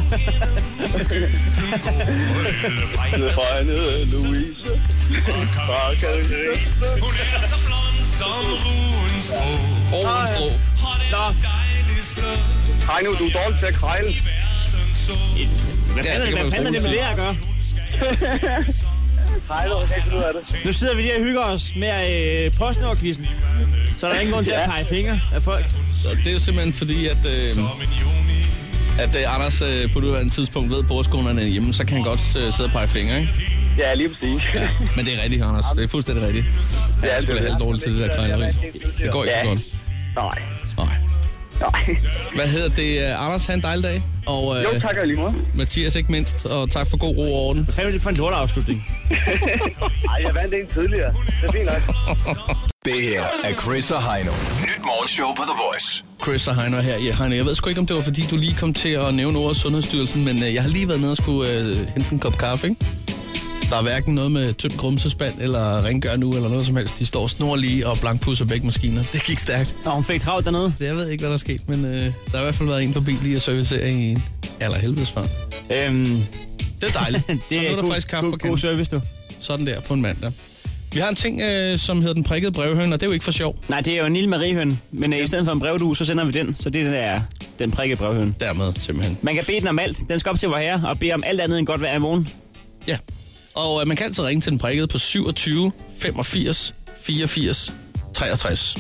Lille fejlede Louise. Fra Carise. Hun er så blond som ruens strå. Årens strå. Nå. Hej nu, du er dårlig til at krejle. Hvad fanden er det med det at gøre? Hej nu, jeg kan ikke finde ud af det. Nu sidder vi lige og hygger os med postnummerquizzen. Så er der ingen grund til at pege fingre af folk. Så det er jo simpelthen fordi, at Anders på nuværende tidspunkt ved, at bordskonerne er hjemme, så kan han godt sidde og pege fingre, ikke? Ja, lige præcis. Ja, men det er rigtigt, Anders. Det er fuldstændig rigtigt. Ja, jeg skulle have halvt dårligt til det der krejleri. Det går ikke så godt. Nej. Nej. Hvad hedder det? Anders, have en dejlig dag. Og, jo, tak lige måde. Mathias ikke mindst, og tak for god ro og orden. Hvad fanden er det for en lorteafslutning? Ej, jeg vandt en tidligere. Det er fint nok. Det her er Chris og Heino. Nyt morgenshow på The Voice. Chris og Heino her. Ja, Heino, jeg ved sgu ikke, om det var, fordi du lige kom til at nævne ordet Sundhedsstyrelsen, men jeg har lige været nede og skulle hente en kop kaffe, ikke? Der er hverken noget med tyndt grumsespand eller rengør nu eller noget som helst. De står snorlige og blankpudser begge maskiner. Det gik stærkt. Og hun fik travlt dernede. Jeg ved ikke, hvad der er sket, men der har i hvert fald været en forbi lige at servicere i en allerhelvedesfart. Det er dejligt. Det er så nu er der frisk kaffe på god service, du. Sådan der på en mandag. Vi har en ting, som hedder den prikkede brevhøn, og det er jo ikke for sjov. Nej, det er jo en lille mariehøn, men i stedet for en brevdue, så sender vi den. Så det er den prikkede brevhøn. Dermed, simpelthen. Man kan bede den om alt. Den skal op til vor herre og bede om alt andet end godt vejr i morgen. Ja, og man kan altid ringe til den prikkede på 27 85 84 63.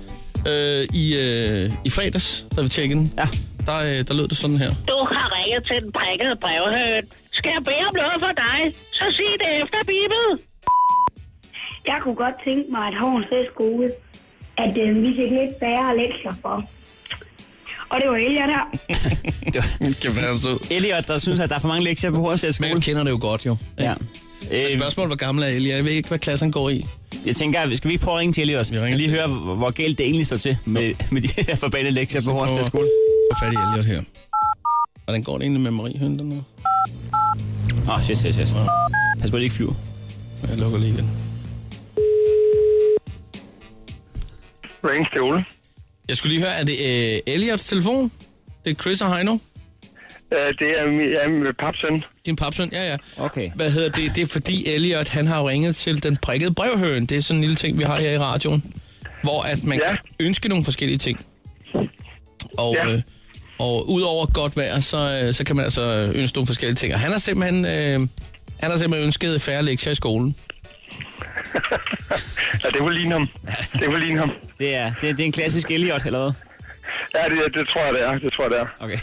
I fredags, da vi tjekkede den, der lød det sådan her. Du har ringet til den prikkede brevhøn. Skal jeg bede om noget for dig, så sig det efter, Bibel. Jeg kunne godt tænke mig, at Hornslet skole, at vi fik lidt færre lektier for. Og det var Elliot her. Kan være så. Elliot, der synes, at der er for mange lektier på Hornslet skole. Men jeg kender det jo godt, jo. Ja. Spørgsmålet, hvor gammel er Elliot? Jeg ved ikke, hvad klassen går i. Jeg tænker, skal vi ikke prøve at ringe til Elliot? Vi ringer lige høre, hvor galt det egentlig står til med de her forbandede lektier på Hornslet skole. Få fat i Elliot her. Hvordan går det egentlig med Mariehøn dernede? Shit. Pas på, det ikke flyver. Jeg lukker lige igen. Ring til Ole. Jeg skulle lige høre, er det Elliots telefon? Det er Chris og Heino? Det er min papsøn. Din papsøn? Ja. Okay. Hvad hedder det? Det er fordi Elliot, han har jo ringet til den prikkede brevhøn. Det er sådan en lille ting, vi har her i radioen. Hvor at man kan ønske nogle forskellige ting. Og udover godt vejr, så kan man altså ønske nogle forskellige ting. Og han har simpelthen ønsket færre lektier i skolen. Ja, det var ligne ham. Det er en klassisk Elliot, eller hvad? Ja, det tror jeg, det er. Okay.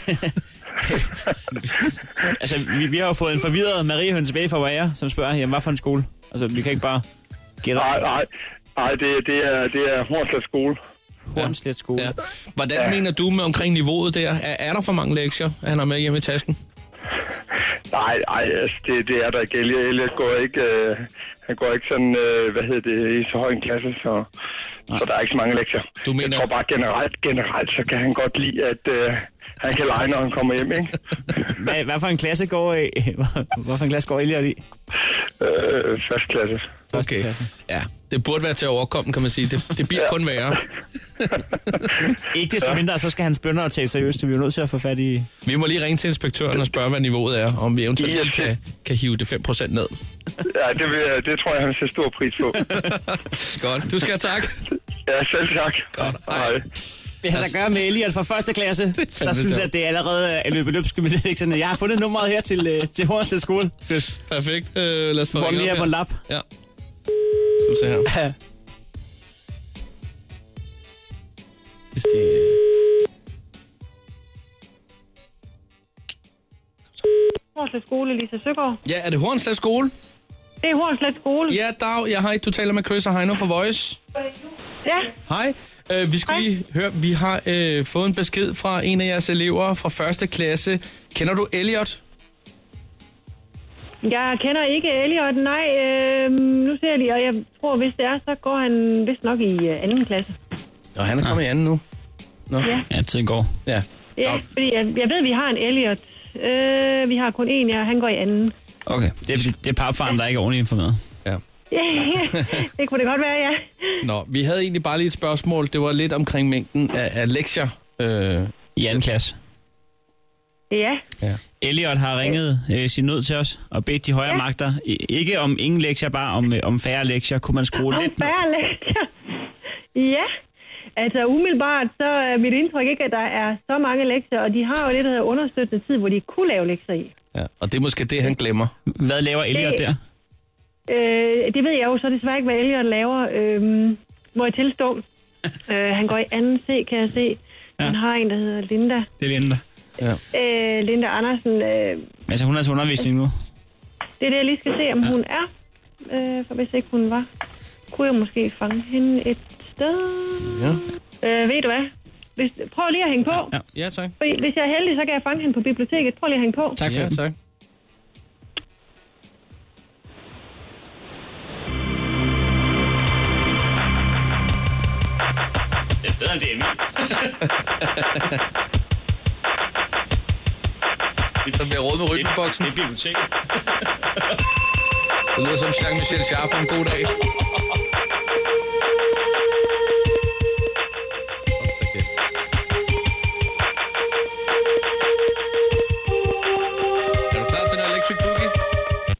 Altså, vi har jo fået en forvirret Mariehøn tilbage fra Vager, som spørger, jamen, hvad for en skole? Altså, vi kan ikke bare gætte os. Nej, det er Hornslet skole. Hornslet skole. Ja. Hvordan mener du med omkring niveauet der? Er der for mange lektier, han har med hjemme i tasken? Nej, altså, det er der ikke. Elliot går ikke... Han går ikke sådan, i så høj en klasse, så der er ikke så mange lektier. Jeg tror bare generelt, så kan han godt lide, at han kan lege, når han kommer hjem, ikke? Hvad for en klasse går Elliot i? Første klasse. Okay. Ja, det burde være til at overkomme, kan man sige. Det bliver kun værre. Ikke desto mindre, så skal hans bønner tage seriøst, så vi er nødt til at få fat i... Vi må lige ringe til inspektøren og spørge, hvad niveauet er, om vi eventuelt kan hive det 5% ned. Ja, det tror jeg, han ser stor pris på. Godt. Du skal have tak. Ja, selv tak. Godt. Hej. Det har der gør med Elliot fra første klasse. Der synes jeg, at det er allerede er løbet løbsk med det. Ikke sådan, jeg har fundet nummeret her til Hornslet skole. Perfekt. Lad os få ringe op lige her på en lap. Ja. Skal vi se her. Hvis det... Hornslet skole, Lisa Søgaard. Ja, er det Hornslet skole? Det er Hornslet skole. Ja, Dag. Jeg har ikke, du taler med Chris og Heino fra Voice. Ja. Hej. Vi skal lige høre, vi har fået en besked fra en af jeres elever fra første klasse. Kender du Elliot? Jeg kender ikke Elliot, nej. Nu ser jeg lige, og jeg tror, hvis det er, så går han vist nok i anden klasse. Og han er kommet i anden nu? Nå. Ja, tiden går. Ja, fordi jeg ved, vi har en Elliot. Vi har kun en, han går i anden. Okay, det er papfaren, der ikke er ordentligt informeret. Ja. Det kunne det godt være, ja. Nå, vi havde egentlig bare lige et spørgsmål. Det var lidt omkring mængden af lektier. I anden klasse. Ja. Elliot har ringet sin nød til os og bedt de højere magter. Ikke om ingen lektier, bare om færre lektier. Kunne man skrue lidt ned? Færre lektier? Ja. Altså umiddelbart, så er mit indtryk ikke, at der er så mange lektier, og de har jo det, der hedder understøttende tid, hvor de kunne lave lektier i. Ja, og det er måske det, han glemmer. Hvad laver Elliot der? Det ved jeg jo så desværre ikke, hvad Elliot laver. Må jeg tilstå. Han går i 2C, kan jeg se. Ja. Han har en, der hedder Linda. Det er Linda. Ja. Linda Andersen. Altså hun er til undervisning nu? Det er det, jeg lige skal se, om hun er. For hvis ikke hun var, kunne jeg måske fange hende et sted. Ja. Ved du hvad? Prøv lige at hænge på. Ja, tak. Fordi hvis jeg er heldig, så kan jeg fange hende på biblioteket. Prøv lige at hænge på. Tak for det. Tak. Det er bedre end det, Emil. Der bliver råd med rytmeboksen. Det er biblioteket. Det lyder som Jean-Michel Jarre på en god dag. Er du klar til noget Electric Boogie?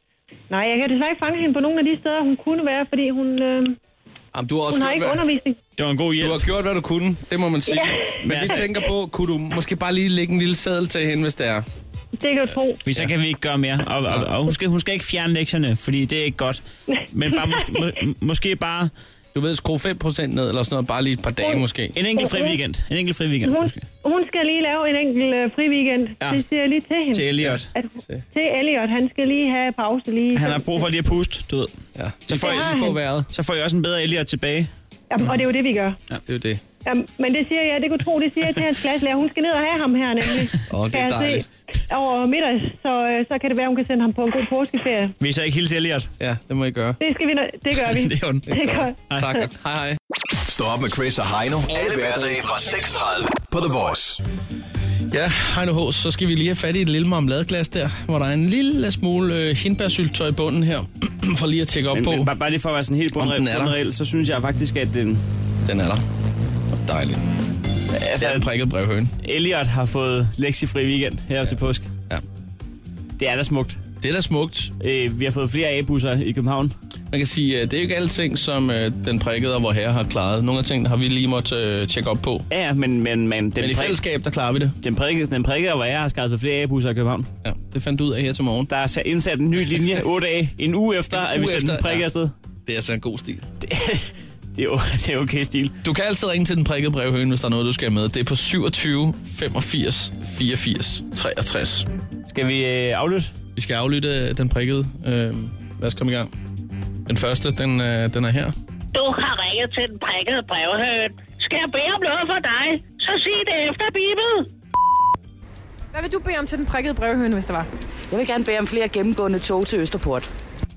Nej, jeg kan desværre ikke fange hende på nogle af de steder, hun kunne være, fordi hun... Jamen, du har også hun har ikke undervisning. Det var en god hjælp. Du har gjort, hvad du kunne, det må man sige. Ja. Men vi tænker på, kunne du måske bare lige lægge en lille seddel til hende, hvis det er? Det kan du tro. Hvis så kan vi ikke gøre mere. Og hun skal ikke fjerne lektierne, fordi det er ikke godt. Men bare måske bare... Du ved, skru 5% ned, eller sådan noget, bare lige et par dage måske. En enkelt fri weekend. En enkelt fri weekend, måske. Hun skal lige lave en enkelt fri weekend. Ja. Det siger jeg lige til hende. Til Elliot. Til Elliot. Han skal lige have pause lige. Han har brug for lige at puste, du ved. Ja. Så får I også en bedre Elliot tilbage. Jamen, og det er jo det, vi gør. Ja, det er jo det. Jamen, men det siger jeg, det kunne tro, det siger jeg til hans klasselærer. Hun skal ned og have ham her nemlig. Det er dejligt. Over middag, så kan det være, hun kan sende ham på en god påskeferie. Vi så ikke hilse Elliot? Ja, det må I gøre. Det gør vi. Det er ondt. Det gør. Tak. Hej. Stå op med Chris og Heino. Alle hverdage fra 6:30 på The Voice. Ja, Heino H, så skal vi lige have fat i et lille marmeladeglas der, hvor der er en lille smule hindbærsyltetøj i bunden her, for lige at tjekke op på. Bare lige for at være sådan helt bundreel, så synes jeg faktisk, at den er der. Dejligt. Altså, det er en prikket brevhøne. Elliot har fået lektiefri weekend her til påsk. Ja. Det er da smukt. Det er da smukt. Vi har fået flere A-busser i København. Man kan sige, at det er jo ikke alle ting, som den prikkede og vor herre har klaret. Nogle af tingene har vi lige måttet tjekke op på. Ja, men i fællesskab, der klarer vi det. Den prikkede og vor herre har skaffet flere A-busser i København. Ja, det fandt du ud af her til morgen. Der er indsat en ny linje 8 dage, en uge efter, at vi sendte den prikke afsted. Det er altså en god stil. Det er okay stil. Du kan altid ringe til den prikkede brevhøne, hvis der er noget, du skal med. Det er på 27 85 84 63. Skal vi aflytte? Vi skal aflytte den prikkede. Lad os komme i gang. Den første, den er her. Du har ringet til den prikkede brevhøne. Skal jeg bede om noget for dig, så sig det efter Bibel. Hvad vil du bede om til den prikkede brevhøne, hvis der var? Jeg vil gerne bede om flere gennemgående tog til Østerport.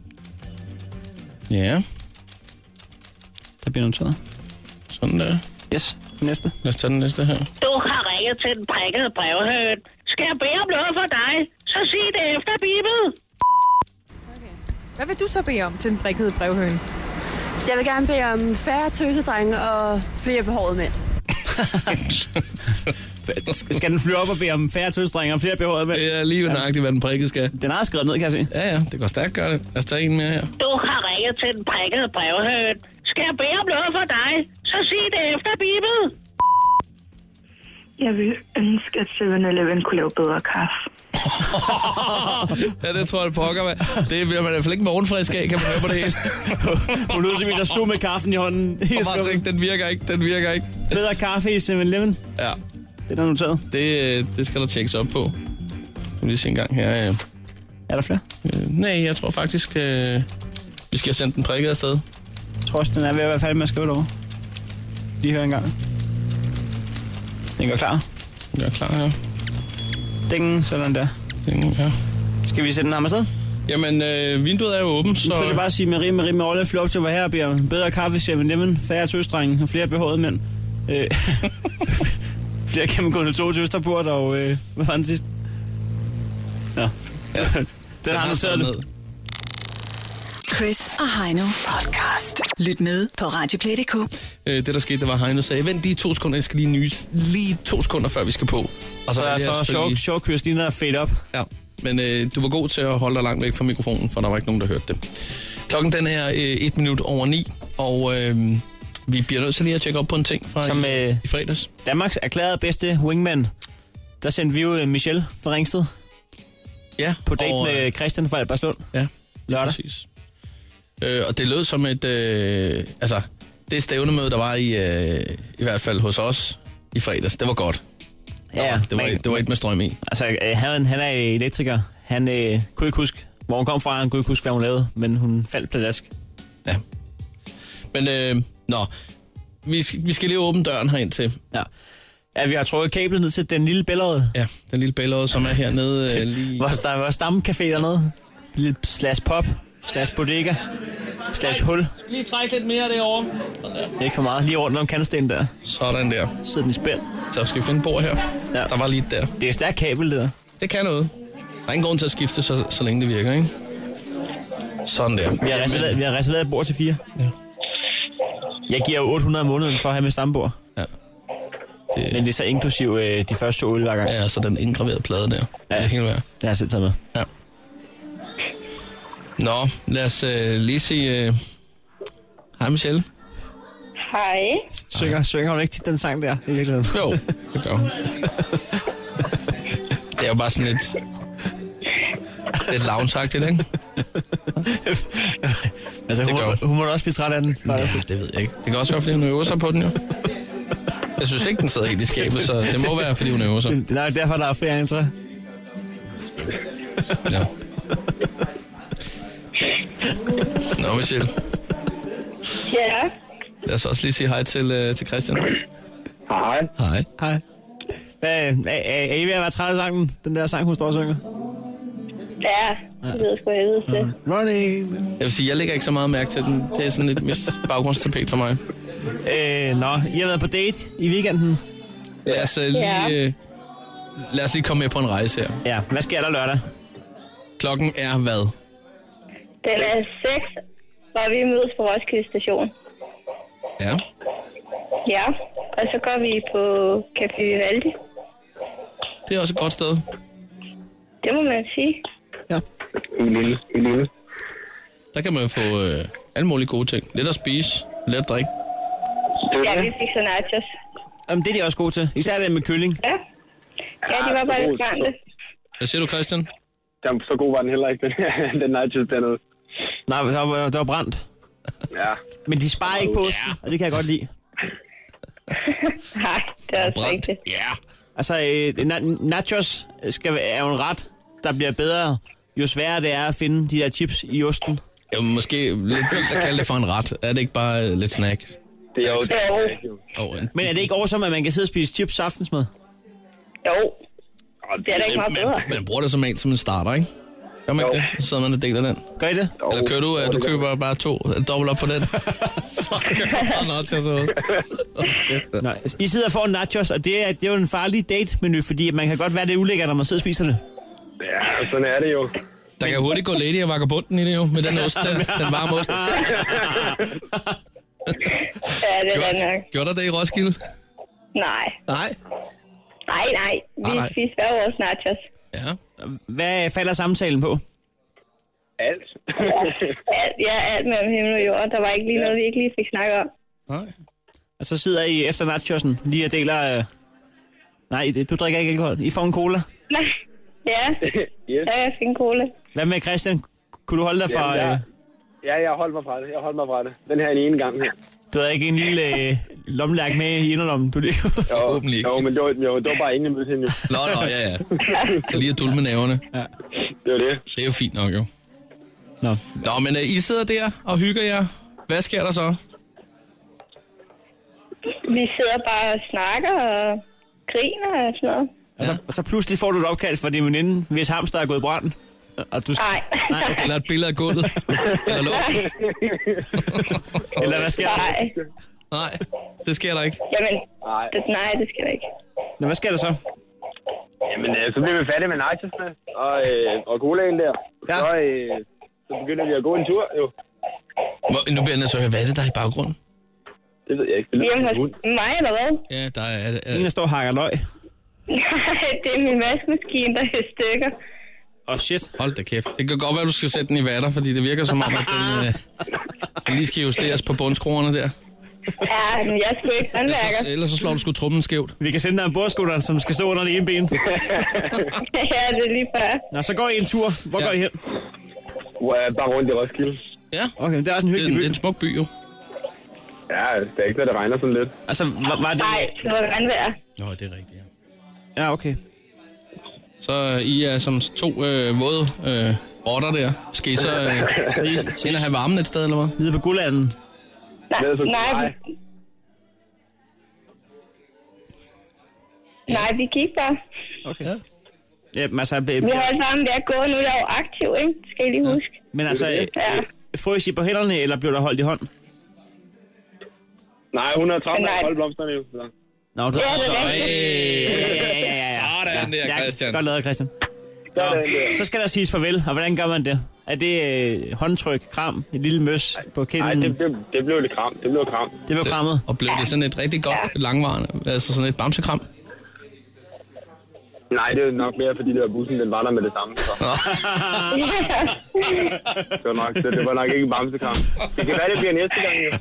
Ja. Der bliver noteret. Sådan der. Yes, næste. Lad os tage den næste her. Du har ringet til den prikkede brevhøne. Skal jeg bede om noget for dig, så sig det efter Bibel. Okay. Hvad vil du så bede om til den prikkede brevhøne? Jeg vil gerne bede om færre tøsedrenge og flere behårede mænd. Skal den flyve op og bede om færre tøsedrenge og flere behårede mænd? Det er lige nøjagtigt, hvad den prikkede skal. Den har skrevet ned, kan jeg se. Ja, det går stærkt, gør det. Lad os tage en mere her. Du har ringet til den prikkede brevhøne. Skal jeg bede om noget for dig, så sig det efter Bibel. Jeg vil ønske, at 7-Eleven kunne lave bedre kaffe. Ja, det tror jeg, pokker, man. Det bliver man i hvert fald ikke morgenfrisk af, kan man høre på det hele. Hun lød som en, der stod med kaffen i hånden. Og bare tænkte, den virker ikke. Bedre kaffe i 7-Eleven? Ja. Det er der noteret. Det skal der tjekkes op på. Nu lige se en gang her. Er der flere? Nej, jeg tror faktisk, vi skal sende den prikket afsted. Jeg tror også, den er ved at være færdig med at skrive det over. Lige hør en gang. Den går klar. Den er klar, ja. Ding, sådan der. Ding, ja. Skal vi sætte den her med sted? Jamen, vinduet er jo åbent, så... Nu vil jeg bare sige, Marie Olle flyver op til, hvor her bliver bedre kaffe i 7-Eleven, færre tøstrenge og flere behårede mænd. Flere gennemgående tog til Østerport, og hvad var den sidste? Ja. Den har noteret ned. Chris og Heino podcast. Lyt med på radioplay.dk. Det der skete, det var, Heino sagde, vent lige 2 sekunder, jeg skal lige nys. Lige 2 sekunder, før vi skal på. Og så sjov køres lige ned og fade op. Ja, men du var god til at holde dig langt væk fra mikrofonen, for der var ikke nogen, der hørte det. Klokken den er 1 minut over 9, og vi bliver nødt til lige at tjekke op på en ting fra som, i fredags. Danmarks erklærede bedste wingman. Der sendte vi jo Michelle fra Ringsted. Ja. På date med Christian fra Albertslund. Ja, lørdag. Præcis. Og det lød som et... det stævnemøde, der var i hvert fald hos os i fredags, det var godt. Ja, det var et med strøm i. Altså, han er elektriker. Han kunne ikke huske, hvor hun kom fra. Han kunne ikke huske, hvad hun lavede, men hun faldt pladask. Ja. Men, vi skal lige åbne døren herind til. Ja. Ja, vi har trukket kablet ned til den lille Bællerød. Ja, den lille Bællerød, som er hernede lige... Vores stamcafé dernede. Lille slash pop, slash bodega, slash hul. Lige trække lidt mere derovre. Ikke for meget. Lige rundt om kantsten der. Sådan der. Sidder den i spænd. Så skal vi finde bord her. Ja. Der var lige der. Det er stærkt kabel, det der. Det kan noget. Der er ingen grund til at skifte, så længe det virker, ikke? Sådan der. Vi har reserveret et bord til 4. Ja. Jeg giver jo 800 om måneden for at have med stambord. Ja. Men det er så inklusiv de første 2 øl hver gang. Ja, så den indgraverede plade der. Ja, det helt værd. Det har jeg selv taget med. Ja. Nå, lad os lige sige... Hej, Michelle. Hej. Synger hun ikke tit den sang der i virkeligheden? Jo, det gør hun. Det er jo bare sådan lidt lounge-agtigt, ikke? Altså, hun må da også blive træt af den. Ja, det ved jeg ikke. Det kan også være, fordi hun øver sig på den, jo. Jeg synes ikke, den sidder helt i skabet, så det må være, fordi hun øver sig. Det er derfor, der er flere tror jeg. Ja. Nå, Michelle. Ja. Lad os også lige sige hej til Christian. Hej. Hej. Er I ved at være træt af sangen? Den der sang, hun står og synger? Ja, det ved sgu helvede til. Running. Jeg vil sige, jeg lægger ikke så meget mærke til den. Det er sådan lidt mis baggrundstapet for mig. I har været på date i weekenden? Lad os lige komme med på en rejse her. Ja, hvad sker der lørdag? Klokken er hvad? Den er 6, og vi mødes på Roskilde Station. Ja. Ja, og så går vi på Café Vivaldi. Det er også et godt sted. Det må man sige. Ja. Der kan man jo få alle mulige gode ting. Lidt at spise, lidt at drikke. Ja, vi fik så nachos. Jamen, det er de også gode til. Især det med kylling. Ja. Ja, de var bare lidt brændte. Hvad siger du, Christian? Så god var den heller ikke, den nachos dernede. Nej, det var brændt. Ja. Men de sparer ikke på osten, og det kan jeg godt lide. Nej, det er også rigtigt. Ja. Altså, nachos er jo en ret, der bliver bedre, jo sværere det er at finde de der chips i osten. Jo, måske lidt vildt at kalde det for en ret. Er det ikke bare lidt snack? Det er jo det. Men er det ikke awesome, at man kan sidde og spise chips aftensmad? Jo. Det er da ikke meget bedre. Man bruger det som en starter, ikke? Gør man ikke det? Så sidder man og deler den. Gør I det? Eller kører du køber bare 2, dobbelt op på den. Så køber nachos også. Okay. I sidder og får en nachos, og det er jo en farlig date-menu, fordi man kan godt være lidt ulækker, når man sidder og spiser det. Ja, sådan er det jo. Der kan hurtigt gå Lady og vagabunden i det jo, med den ost der, den varme ost. Ja, det er nok. Gjorde der det i Roskilde? Nej. Nej? Nej. Vi spiser hver vores nachos. Ja. Hvad falder samtalen på? Alt. Alt mellem himmel og jord. Der var ikke lige noget, vi ikke lige fik snakket om. Nej. Og så sidder I efter nachosen lige og deler... Nej, du drikker ikke alkohol. I får en cola? Nej. Ja. Yes. Ja, jeg fik en cola. Hvad med Christian? Kunne du holde dig fra... Ja, jeg holdt mig fra det. Den her ene gang her. Du havde ikke en lille lommelærk med i inderlommen, du lige... Jo, men det var bare ingen møde hende. Nå, ja. Så lige at dulme næverne. Ja. Det var det. Det er jo fint nok, jo. Nå, men I sidder der og hygger jer. Hvad sker der så? Vi sidder bare og snakker og griner og sådan noget. Ja. Og så pludselig får du et opkald fra din veninde, hvis hamster er gået i brand. Og du Nej. Okay. Eller et billede af gulvet. Eller luften. Eller hvad sker der? Nej, det sker der ikke. Jamen, det sker der ikke. Nå, hvad sker der så? Jamen, så bliver vi færdige med nachosene og colaen der. Ja. Så begynder vi at gå en tur, jo. Nu bliver jeg nødt til at høre, hvad er det, der er i baggrunden? Det ved jeg ikke. Jamen, mig eller hvad? Ja, der er... En, der står og hakker løg. Nej, det er min vaskemaskine, der er i stykker. Shit. Hold da kæft. Det kan godt være, du skal sætte den i vatter, fordi det virker som om, at den lige skal justeres på bundskruerne der. Ja, men jeg skulle ikke håndværker. Ellers så slår du sgu trummen skævt. Vi kan sende dig en bordskutter, som skal stå under det ene ben. Ja, det er lige før. Nå, så går I en tur. Hvor går I hen? Bare rundt i Roskilde. Ja. Okay, det er også en hyggelig by. Det er en smuk by, jo. Ja, det er ikke, når det regner sådan lidt. Altså, var det... Nej, det var regnvejr. Nå, det er rigtigt, ja. Ja, okay. Så I er som 2 våde rotter der. Skal I så ind og have varmen et sted, eller hvad? Nede på Guldanden. Nej, vi gik bare. Okay. Ja, men altså... Vi holdt sammen ved at gå, nu er jeg jo aktiv, ikke? Det skal I lige huske. Men altså, frøs I på hænderne, eller blev der holdt i hånd? Nej, hun har travlt med at holde blomsterne jo. Nå, du... Sådan der, Christian. Godt lavet, Christian. Så skal der siges farvel, og hvordan gør man det? Er det håndtryk, kram, et lille møs på kinden? Nej, det blev det kram. Det blev kram. Det blev krammet. Og blev det sådan et rigtig godt langvarende, altså sådan et bamsekram? Nej, det er nok mere, fordi det var bussen, den var der med det samme. Så. det var nok ikke en bamsekamp. Det kan være, det bliver næste gang, jo.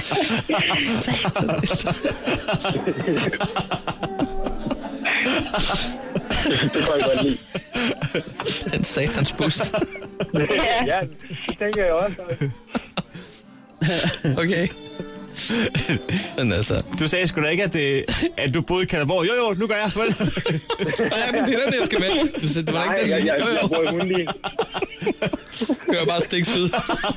Det får jeg godt lide. Den satans bus. Ja, det tænker jeg også. Okay. Men altså... Du sagde sgu da ikke, at du boede i Kalderborg. Jo, nu gør jeg. Ja, men det er den, jeg skal med. Du sagde, det var ikke den. Jeg bor i Hundlige. Jeg er bare stik syd.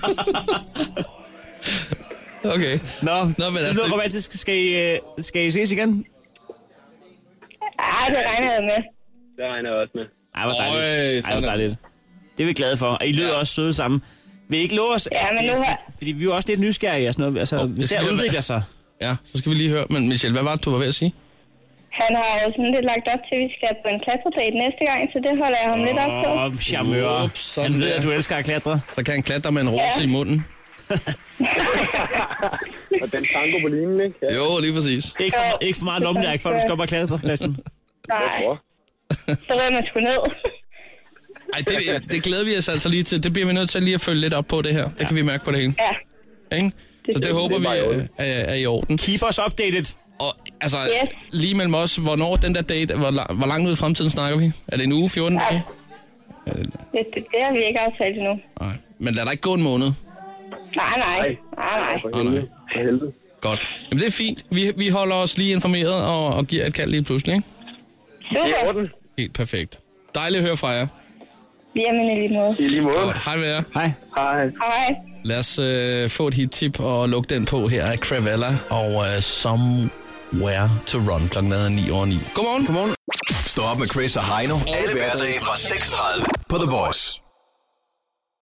Okay. Nå, men det altså... lyder romantisk. Skal I ses igen? Ej, det regner jeg med. Det regner jeg også med. Ej, hvor dejligt. Det er vi glade for. Og I lyder også søde sammen. Vil I ikke love os? Ja, men nu har... Fordi vi er jo også lidt nysgerrige og sådan noget. Altså, hvis det udvikler sig. Ja, så skal vi lige høre. Men Michelle, hvad var det, du var ved at sige? Han har jo sådan lidt lagt op til, at vi skal på en klatredate næste gang, så det holder jeg ham lidt op på. Charmeur. Han ved, at du elsker at klatre. Så kan han klatre med en rose i munden. Og den tango på linjen, ikke? Ja. Jo, lige præcis. Ikke for meget lommelærk, før du skal op og klatre, Lassen. Nej. Så vil man sgu ned. Ej, det glæder vi os altså lige til. Det bliver vi nødt til lige at følge lidt op på det her. Det kan vi mærke på det hele. Ja. Ikke? Så det håber vi er i orden. Keep us updated. Og altså, lige mellem os, hvornår den der date, hvor langt ud i fremtiden snakker vi? Er det en uge, 14 dage? Det har vi ikke aftalt endnu. Nej, men lad der ikke gå en måned. Nej. Godt. Jamen det er fint. Vi holder os lige informeret og giver et kald lige pludselig, ikke? Super. Helt perfekt. Dejligt at høre fra jer. Jamen i lige måde. I lige måde. Godt. Hej med jer. Hej. Hej. Lad os få et hit-tip og lukke den på her af Cravella og Somewhere to Run. Klokken er 9:09. Godmorgen. Stå op med Chris og Heino. Alle hverdage fra 6:30 på The Voice.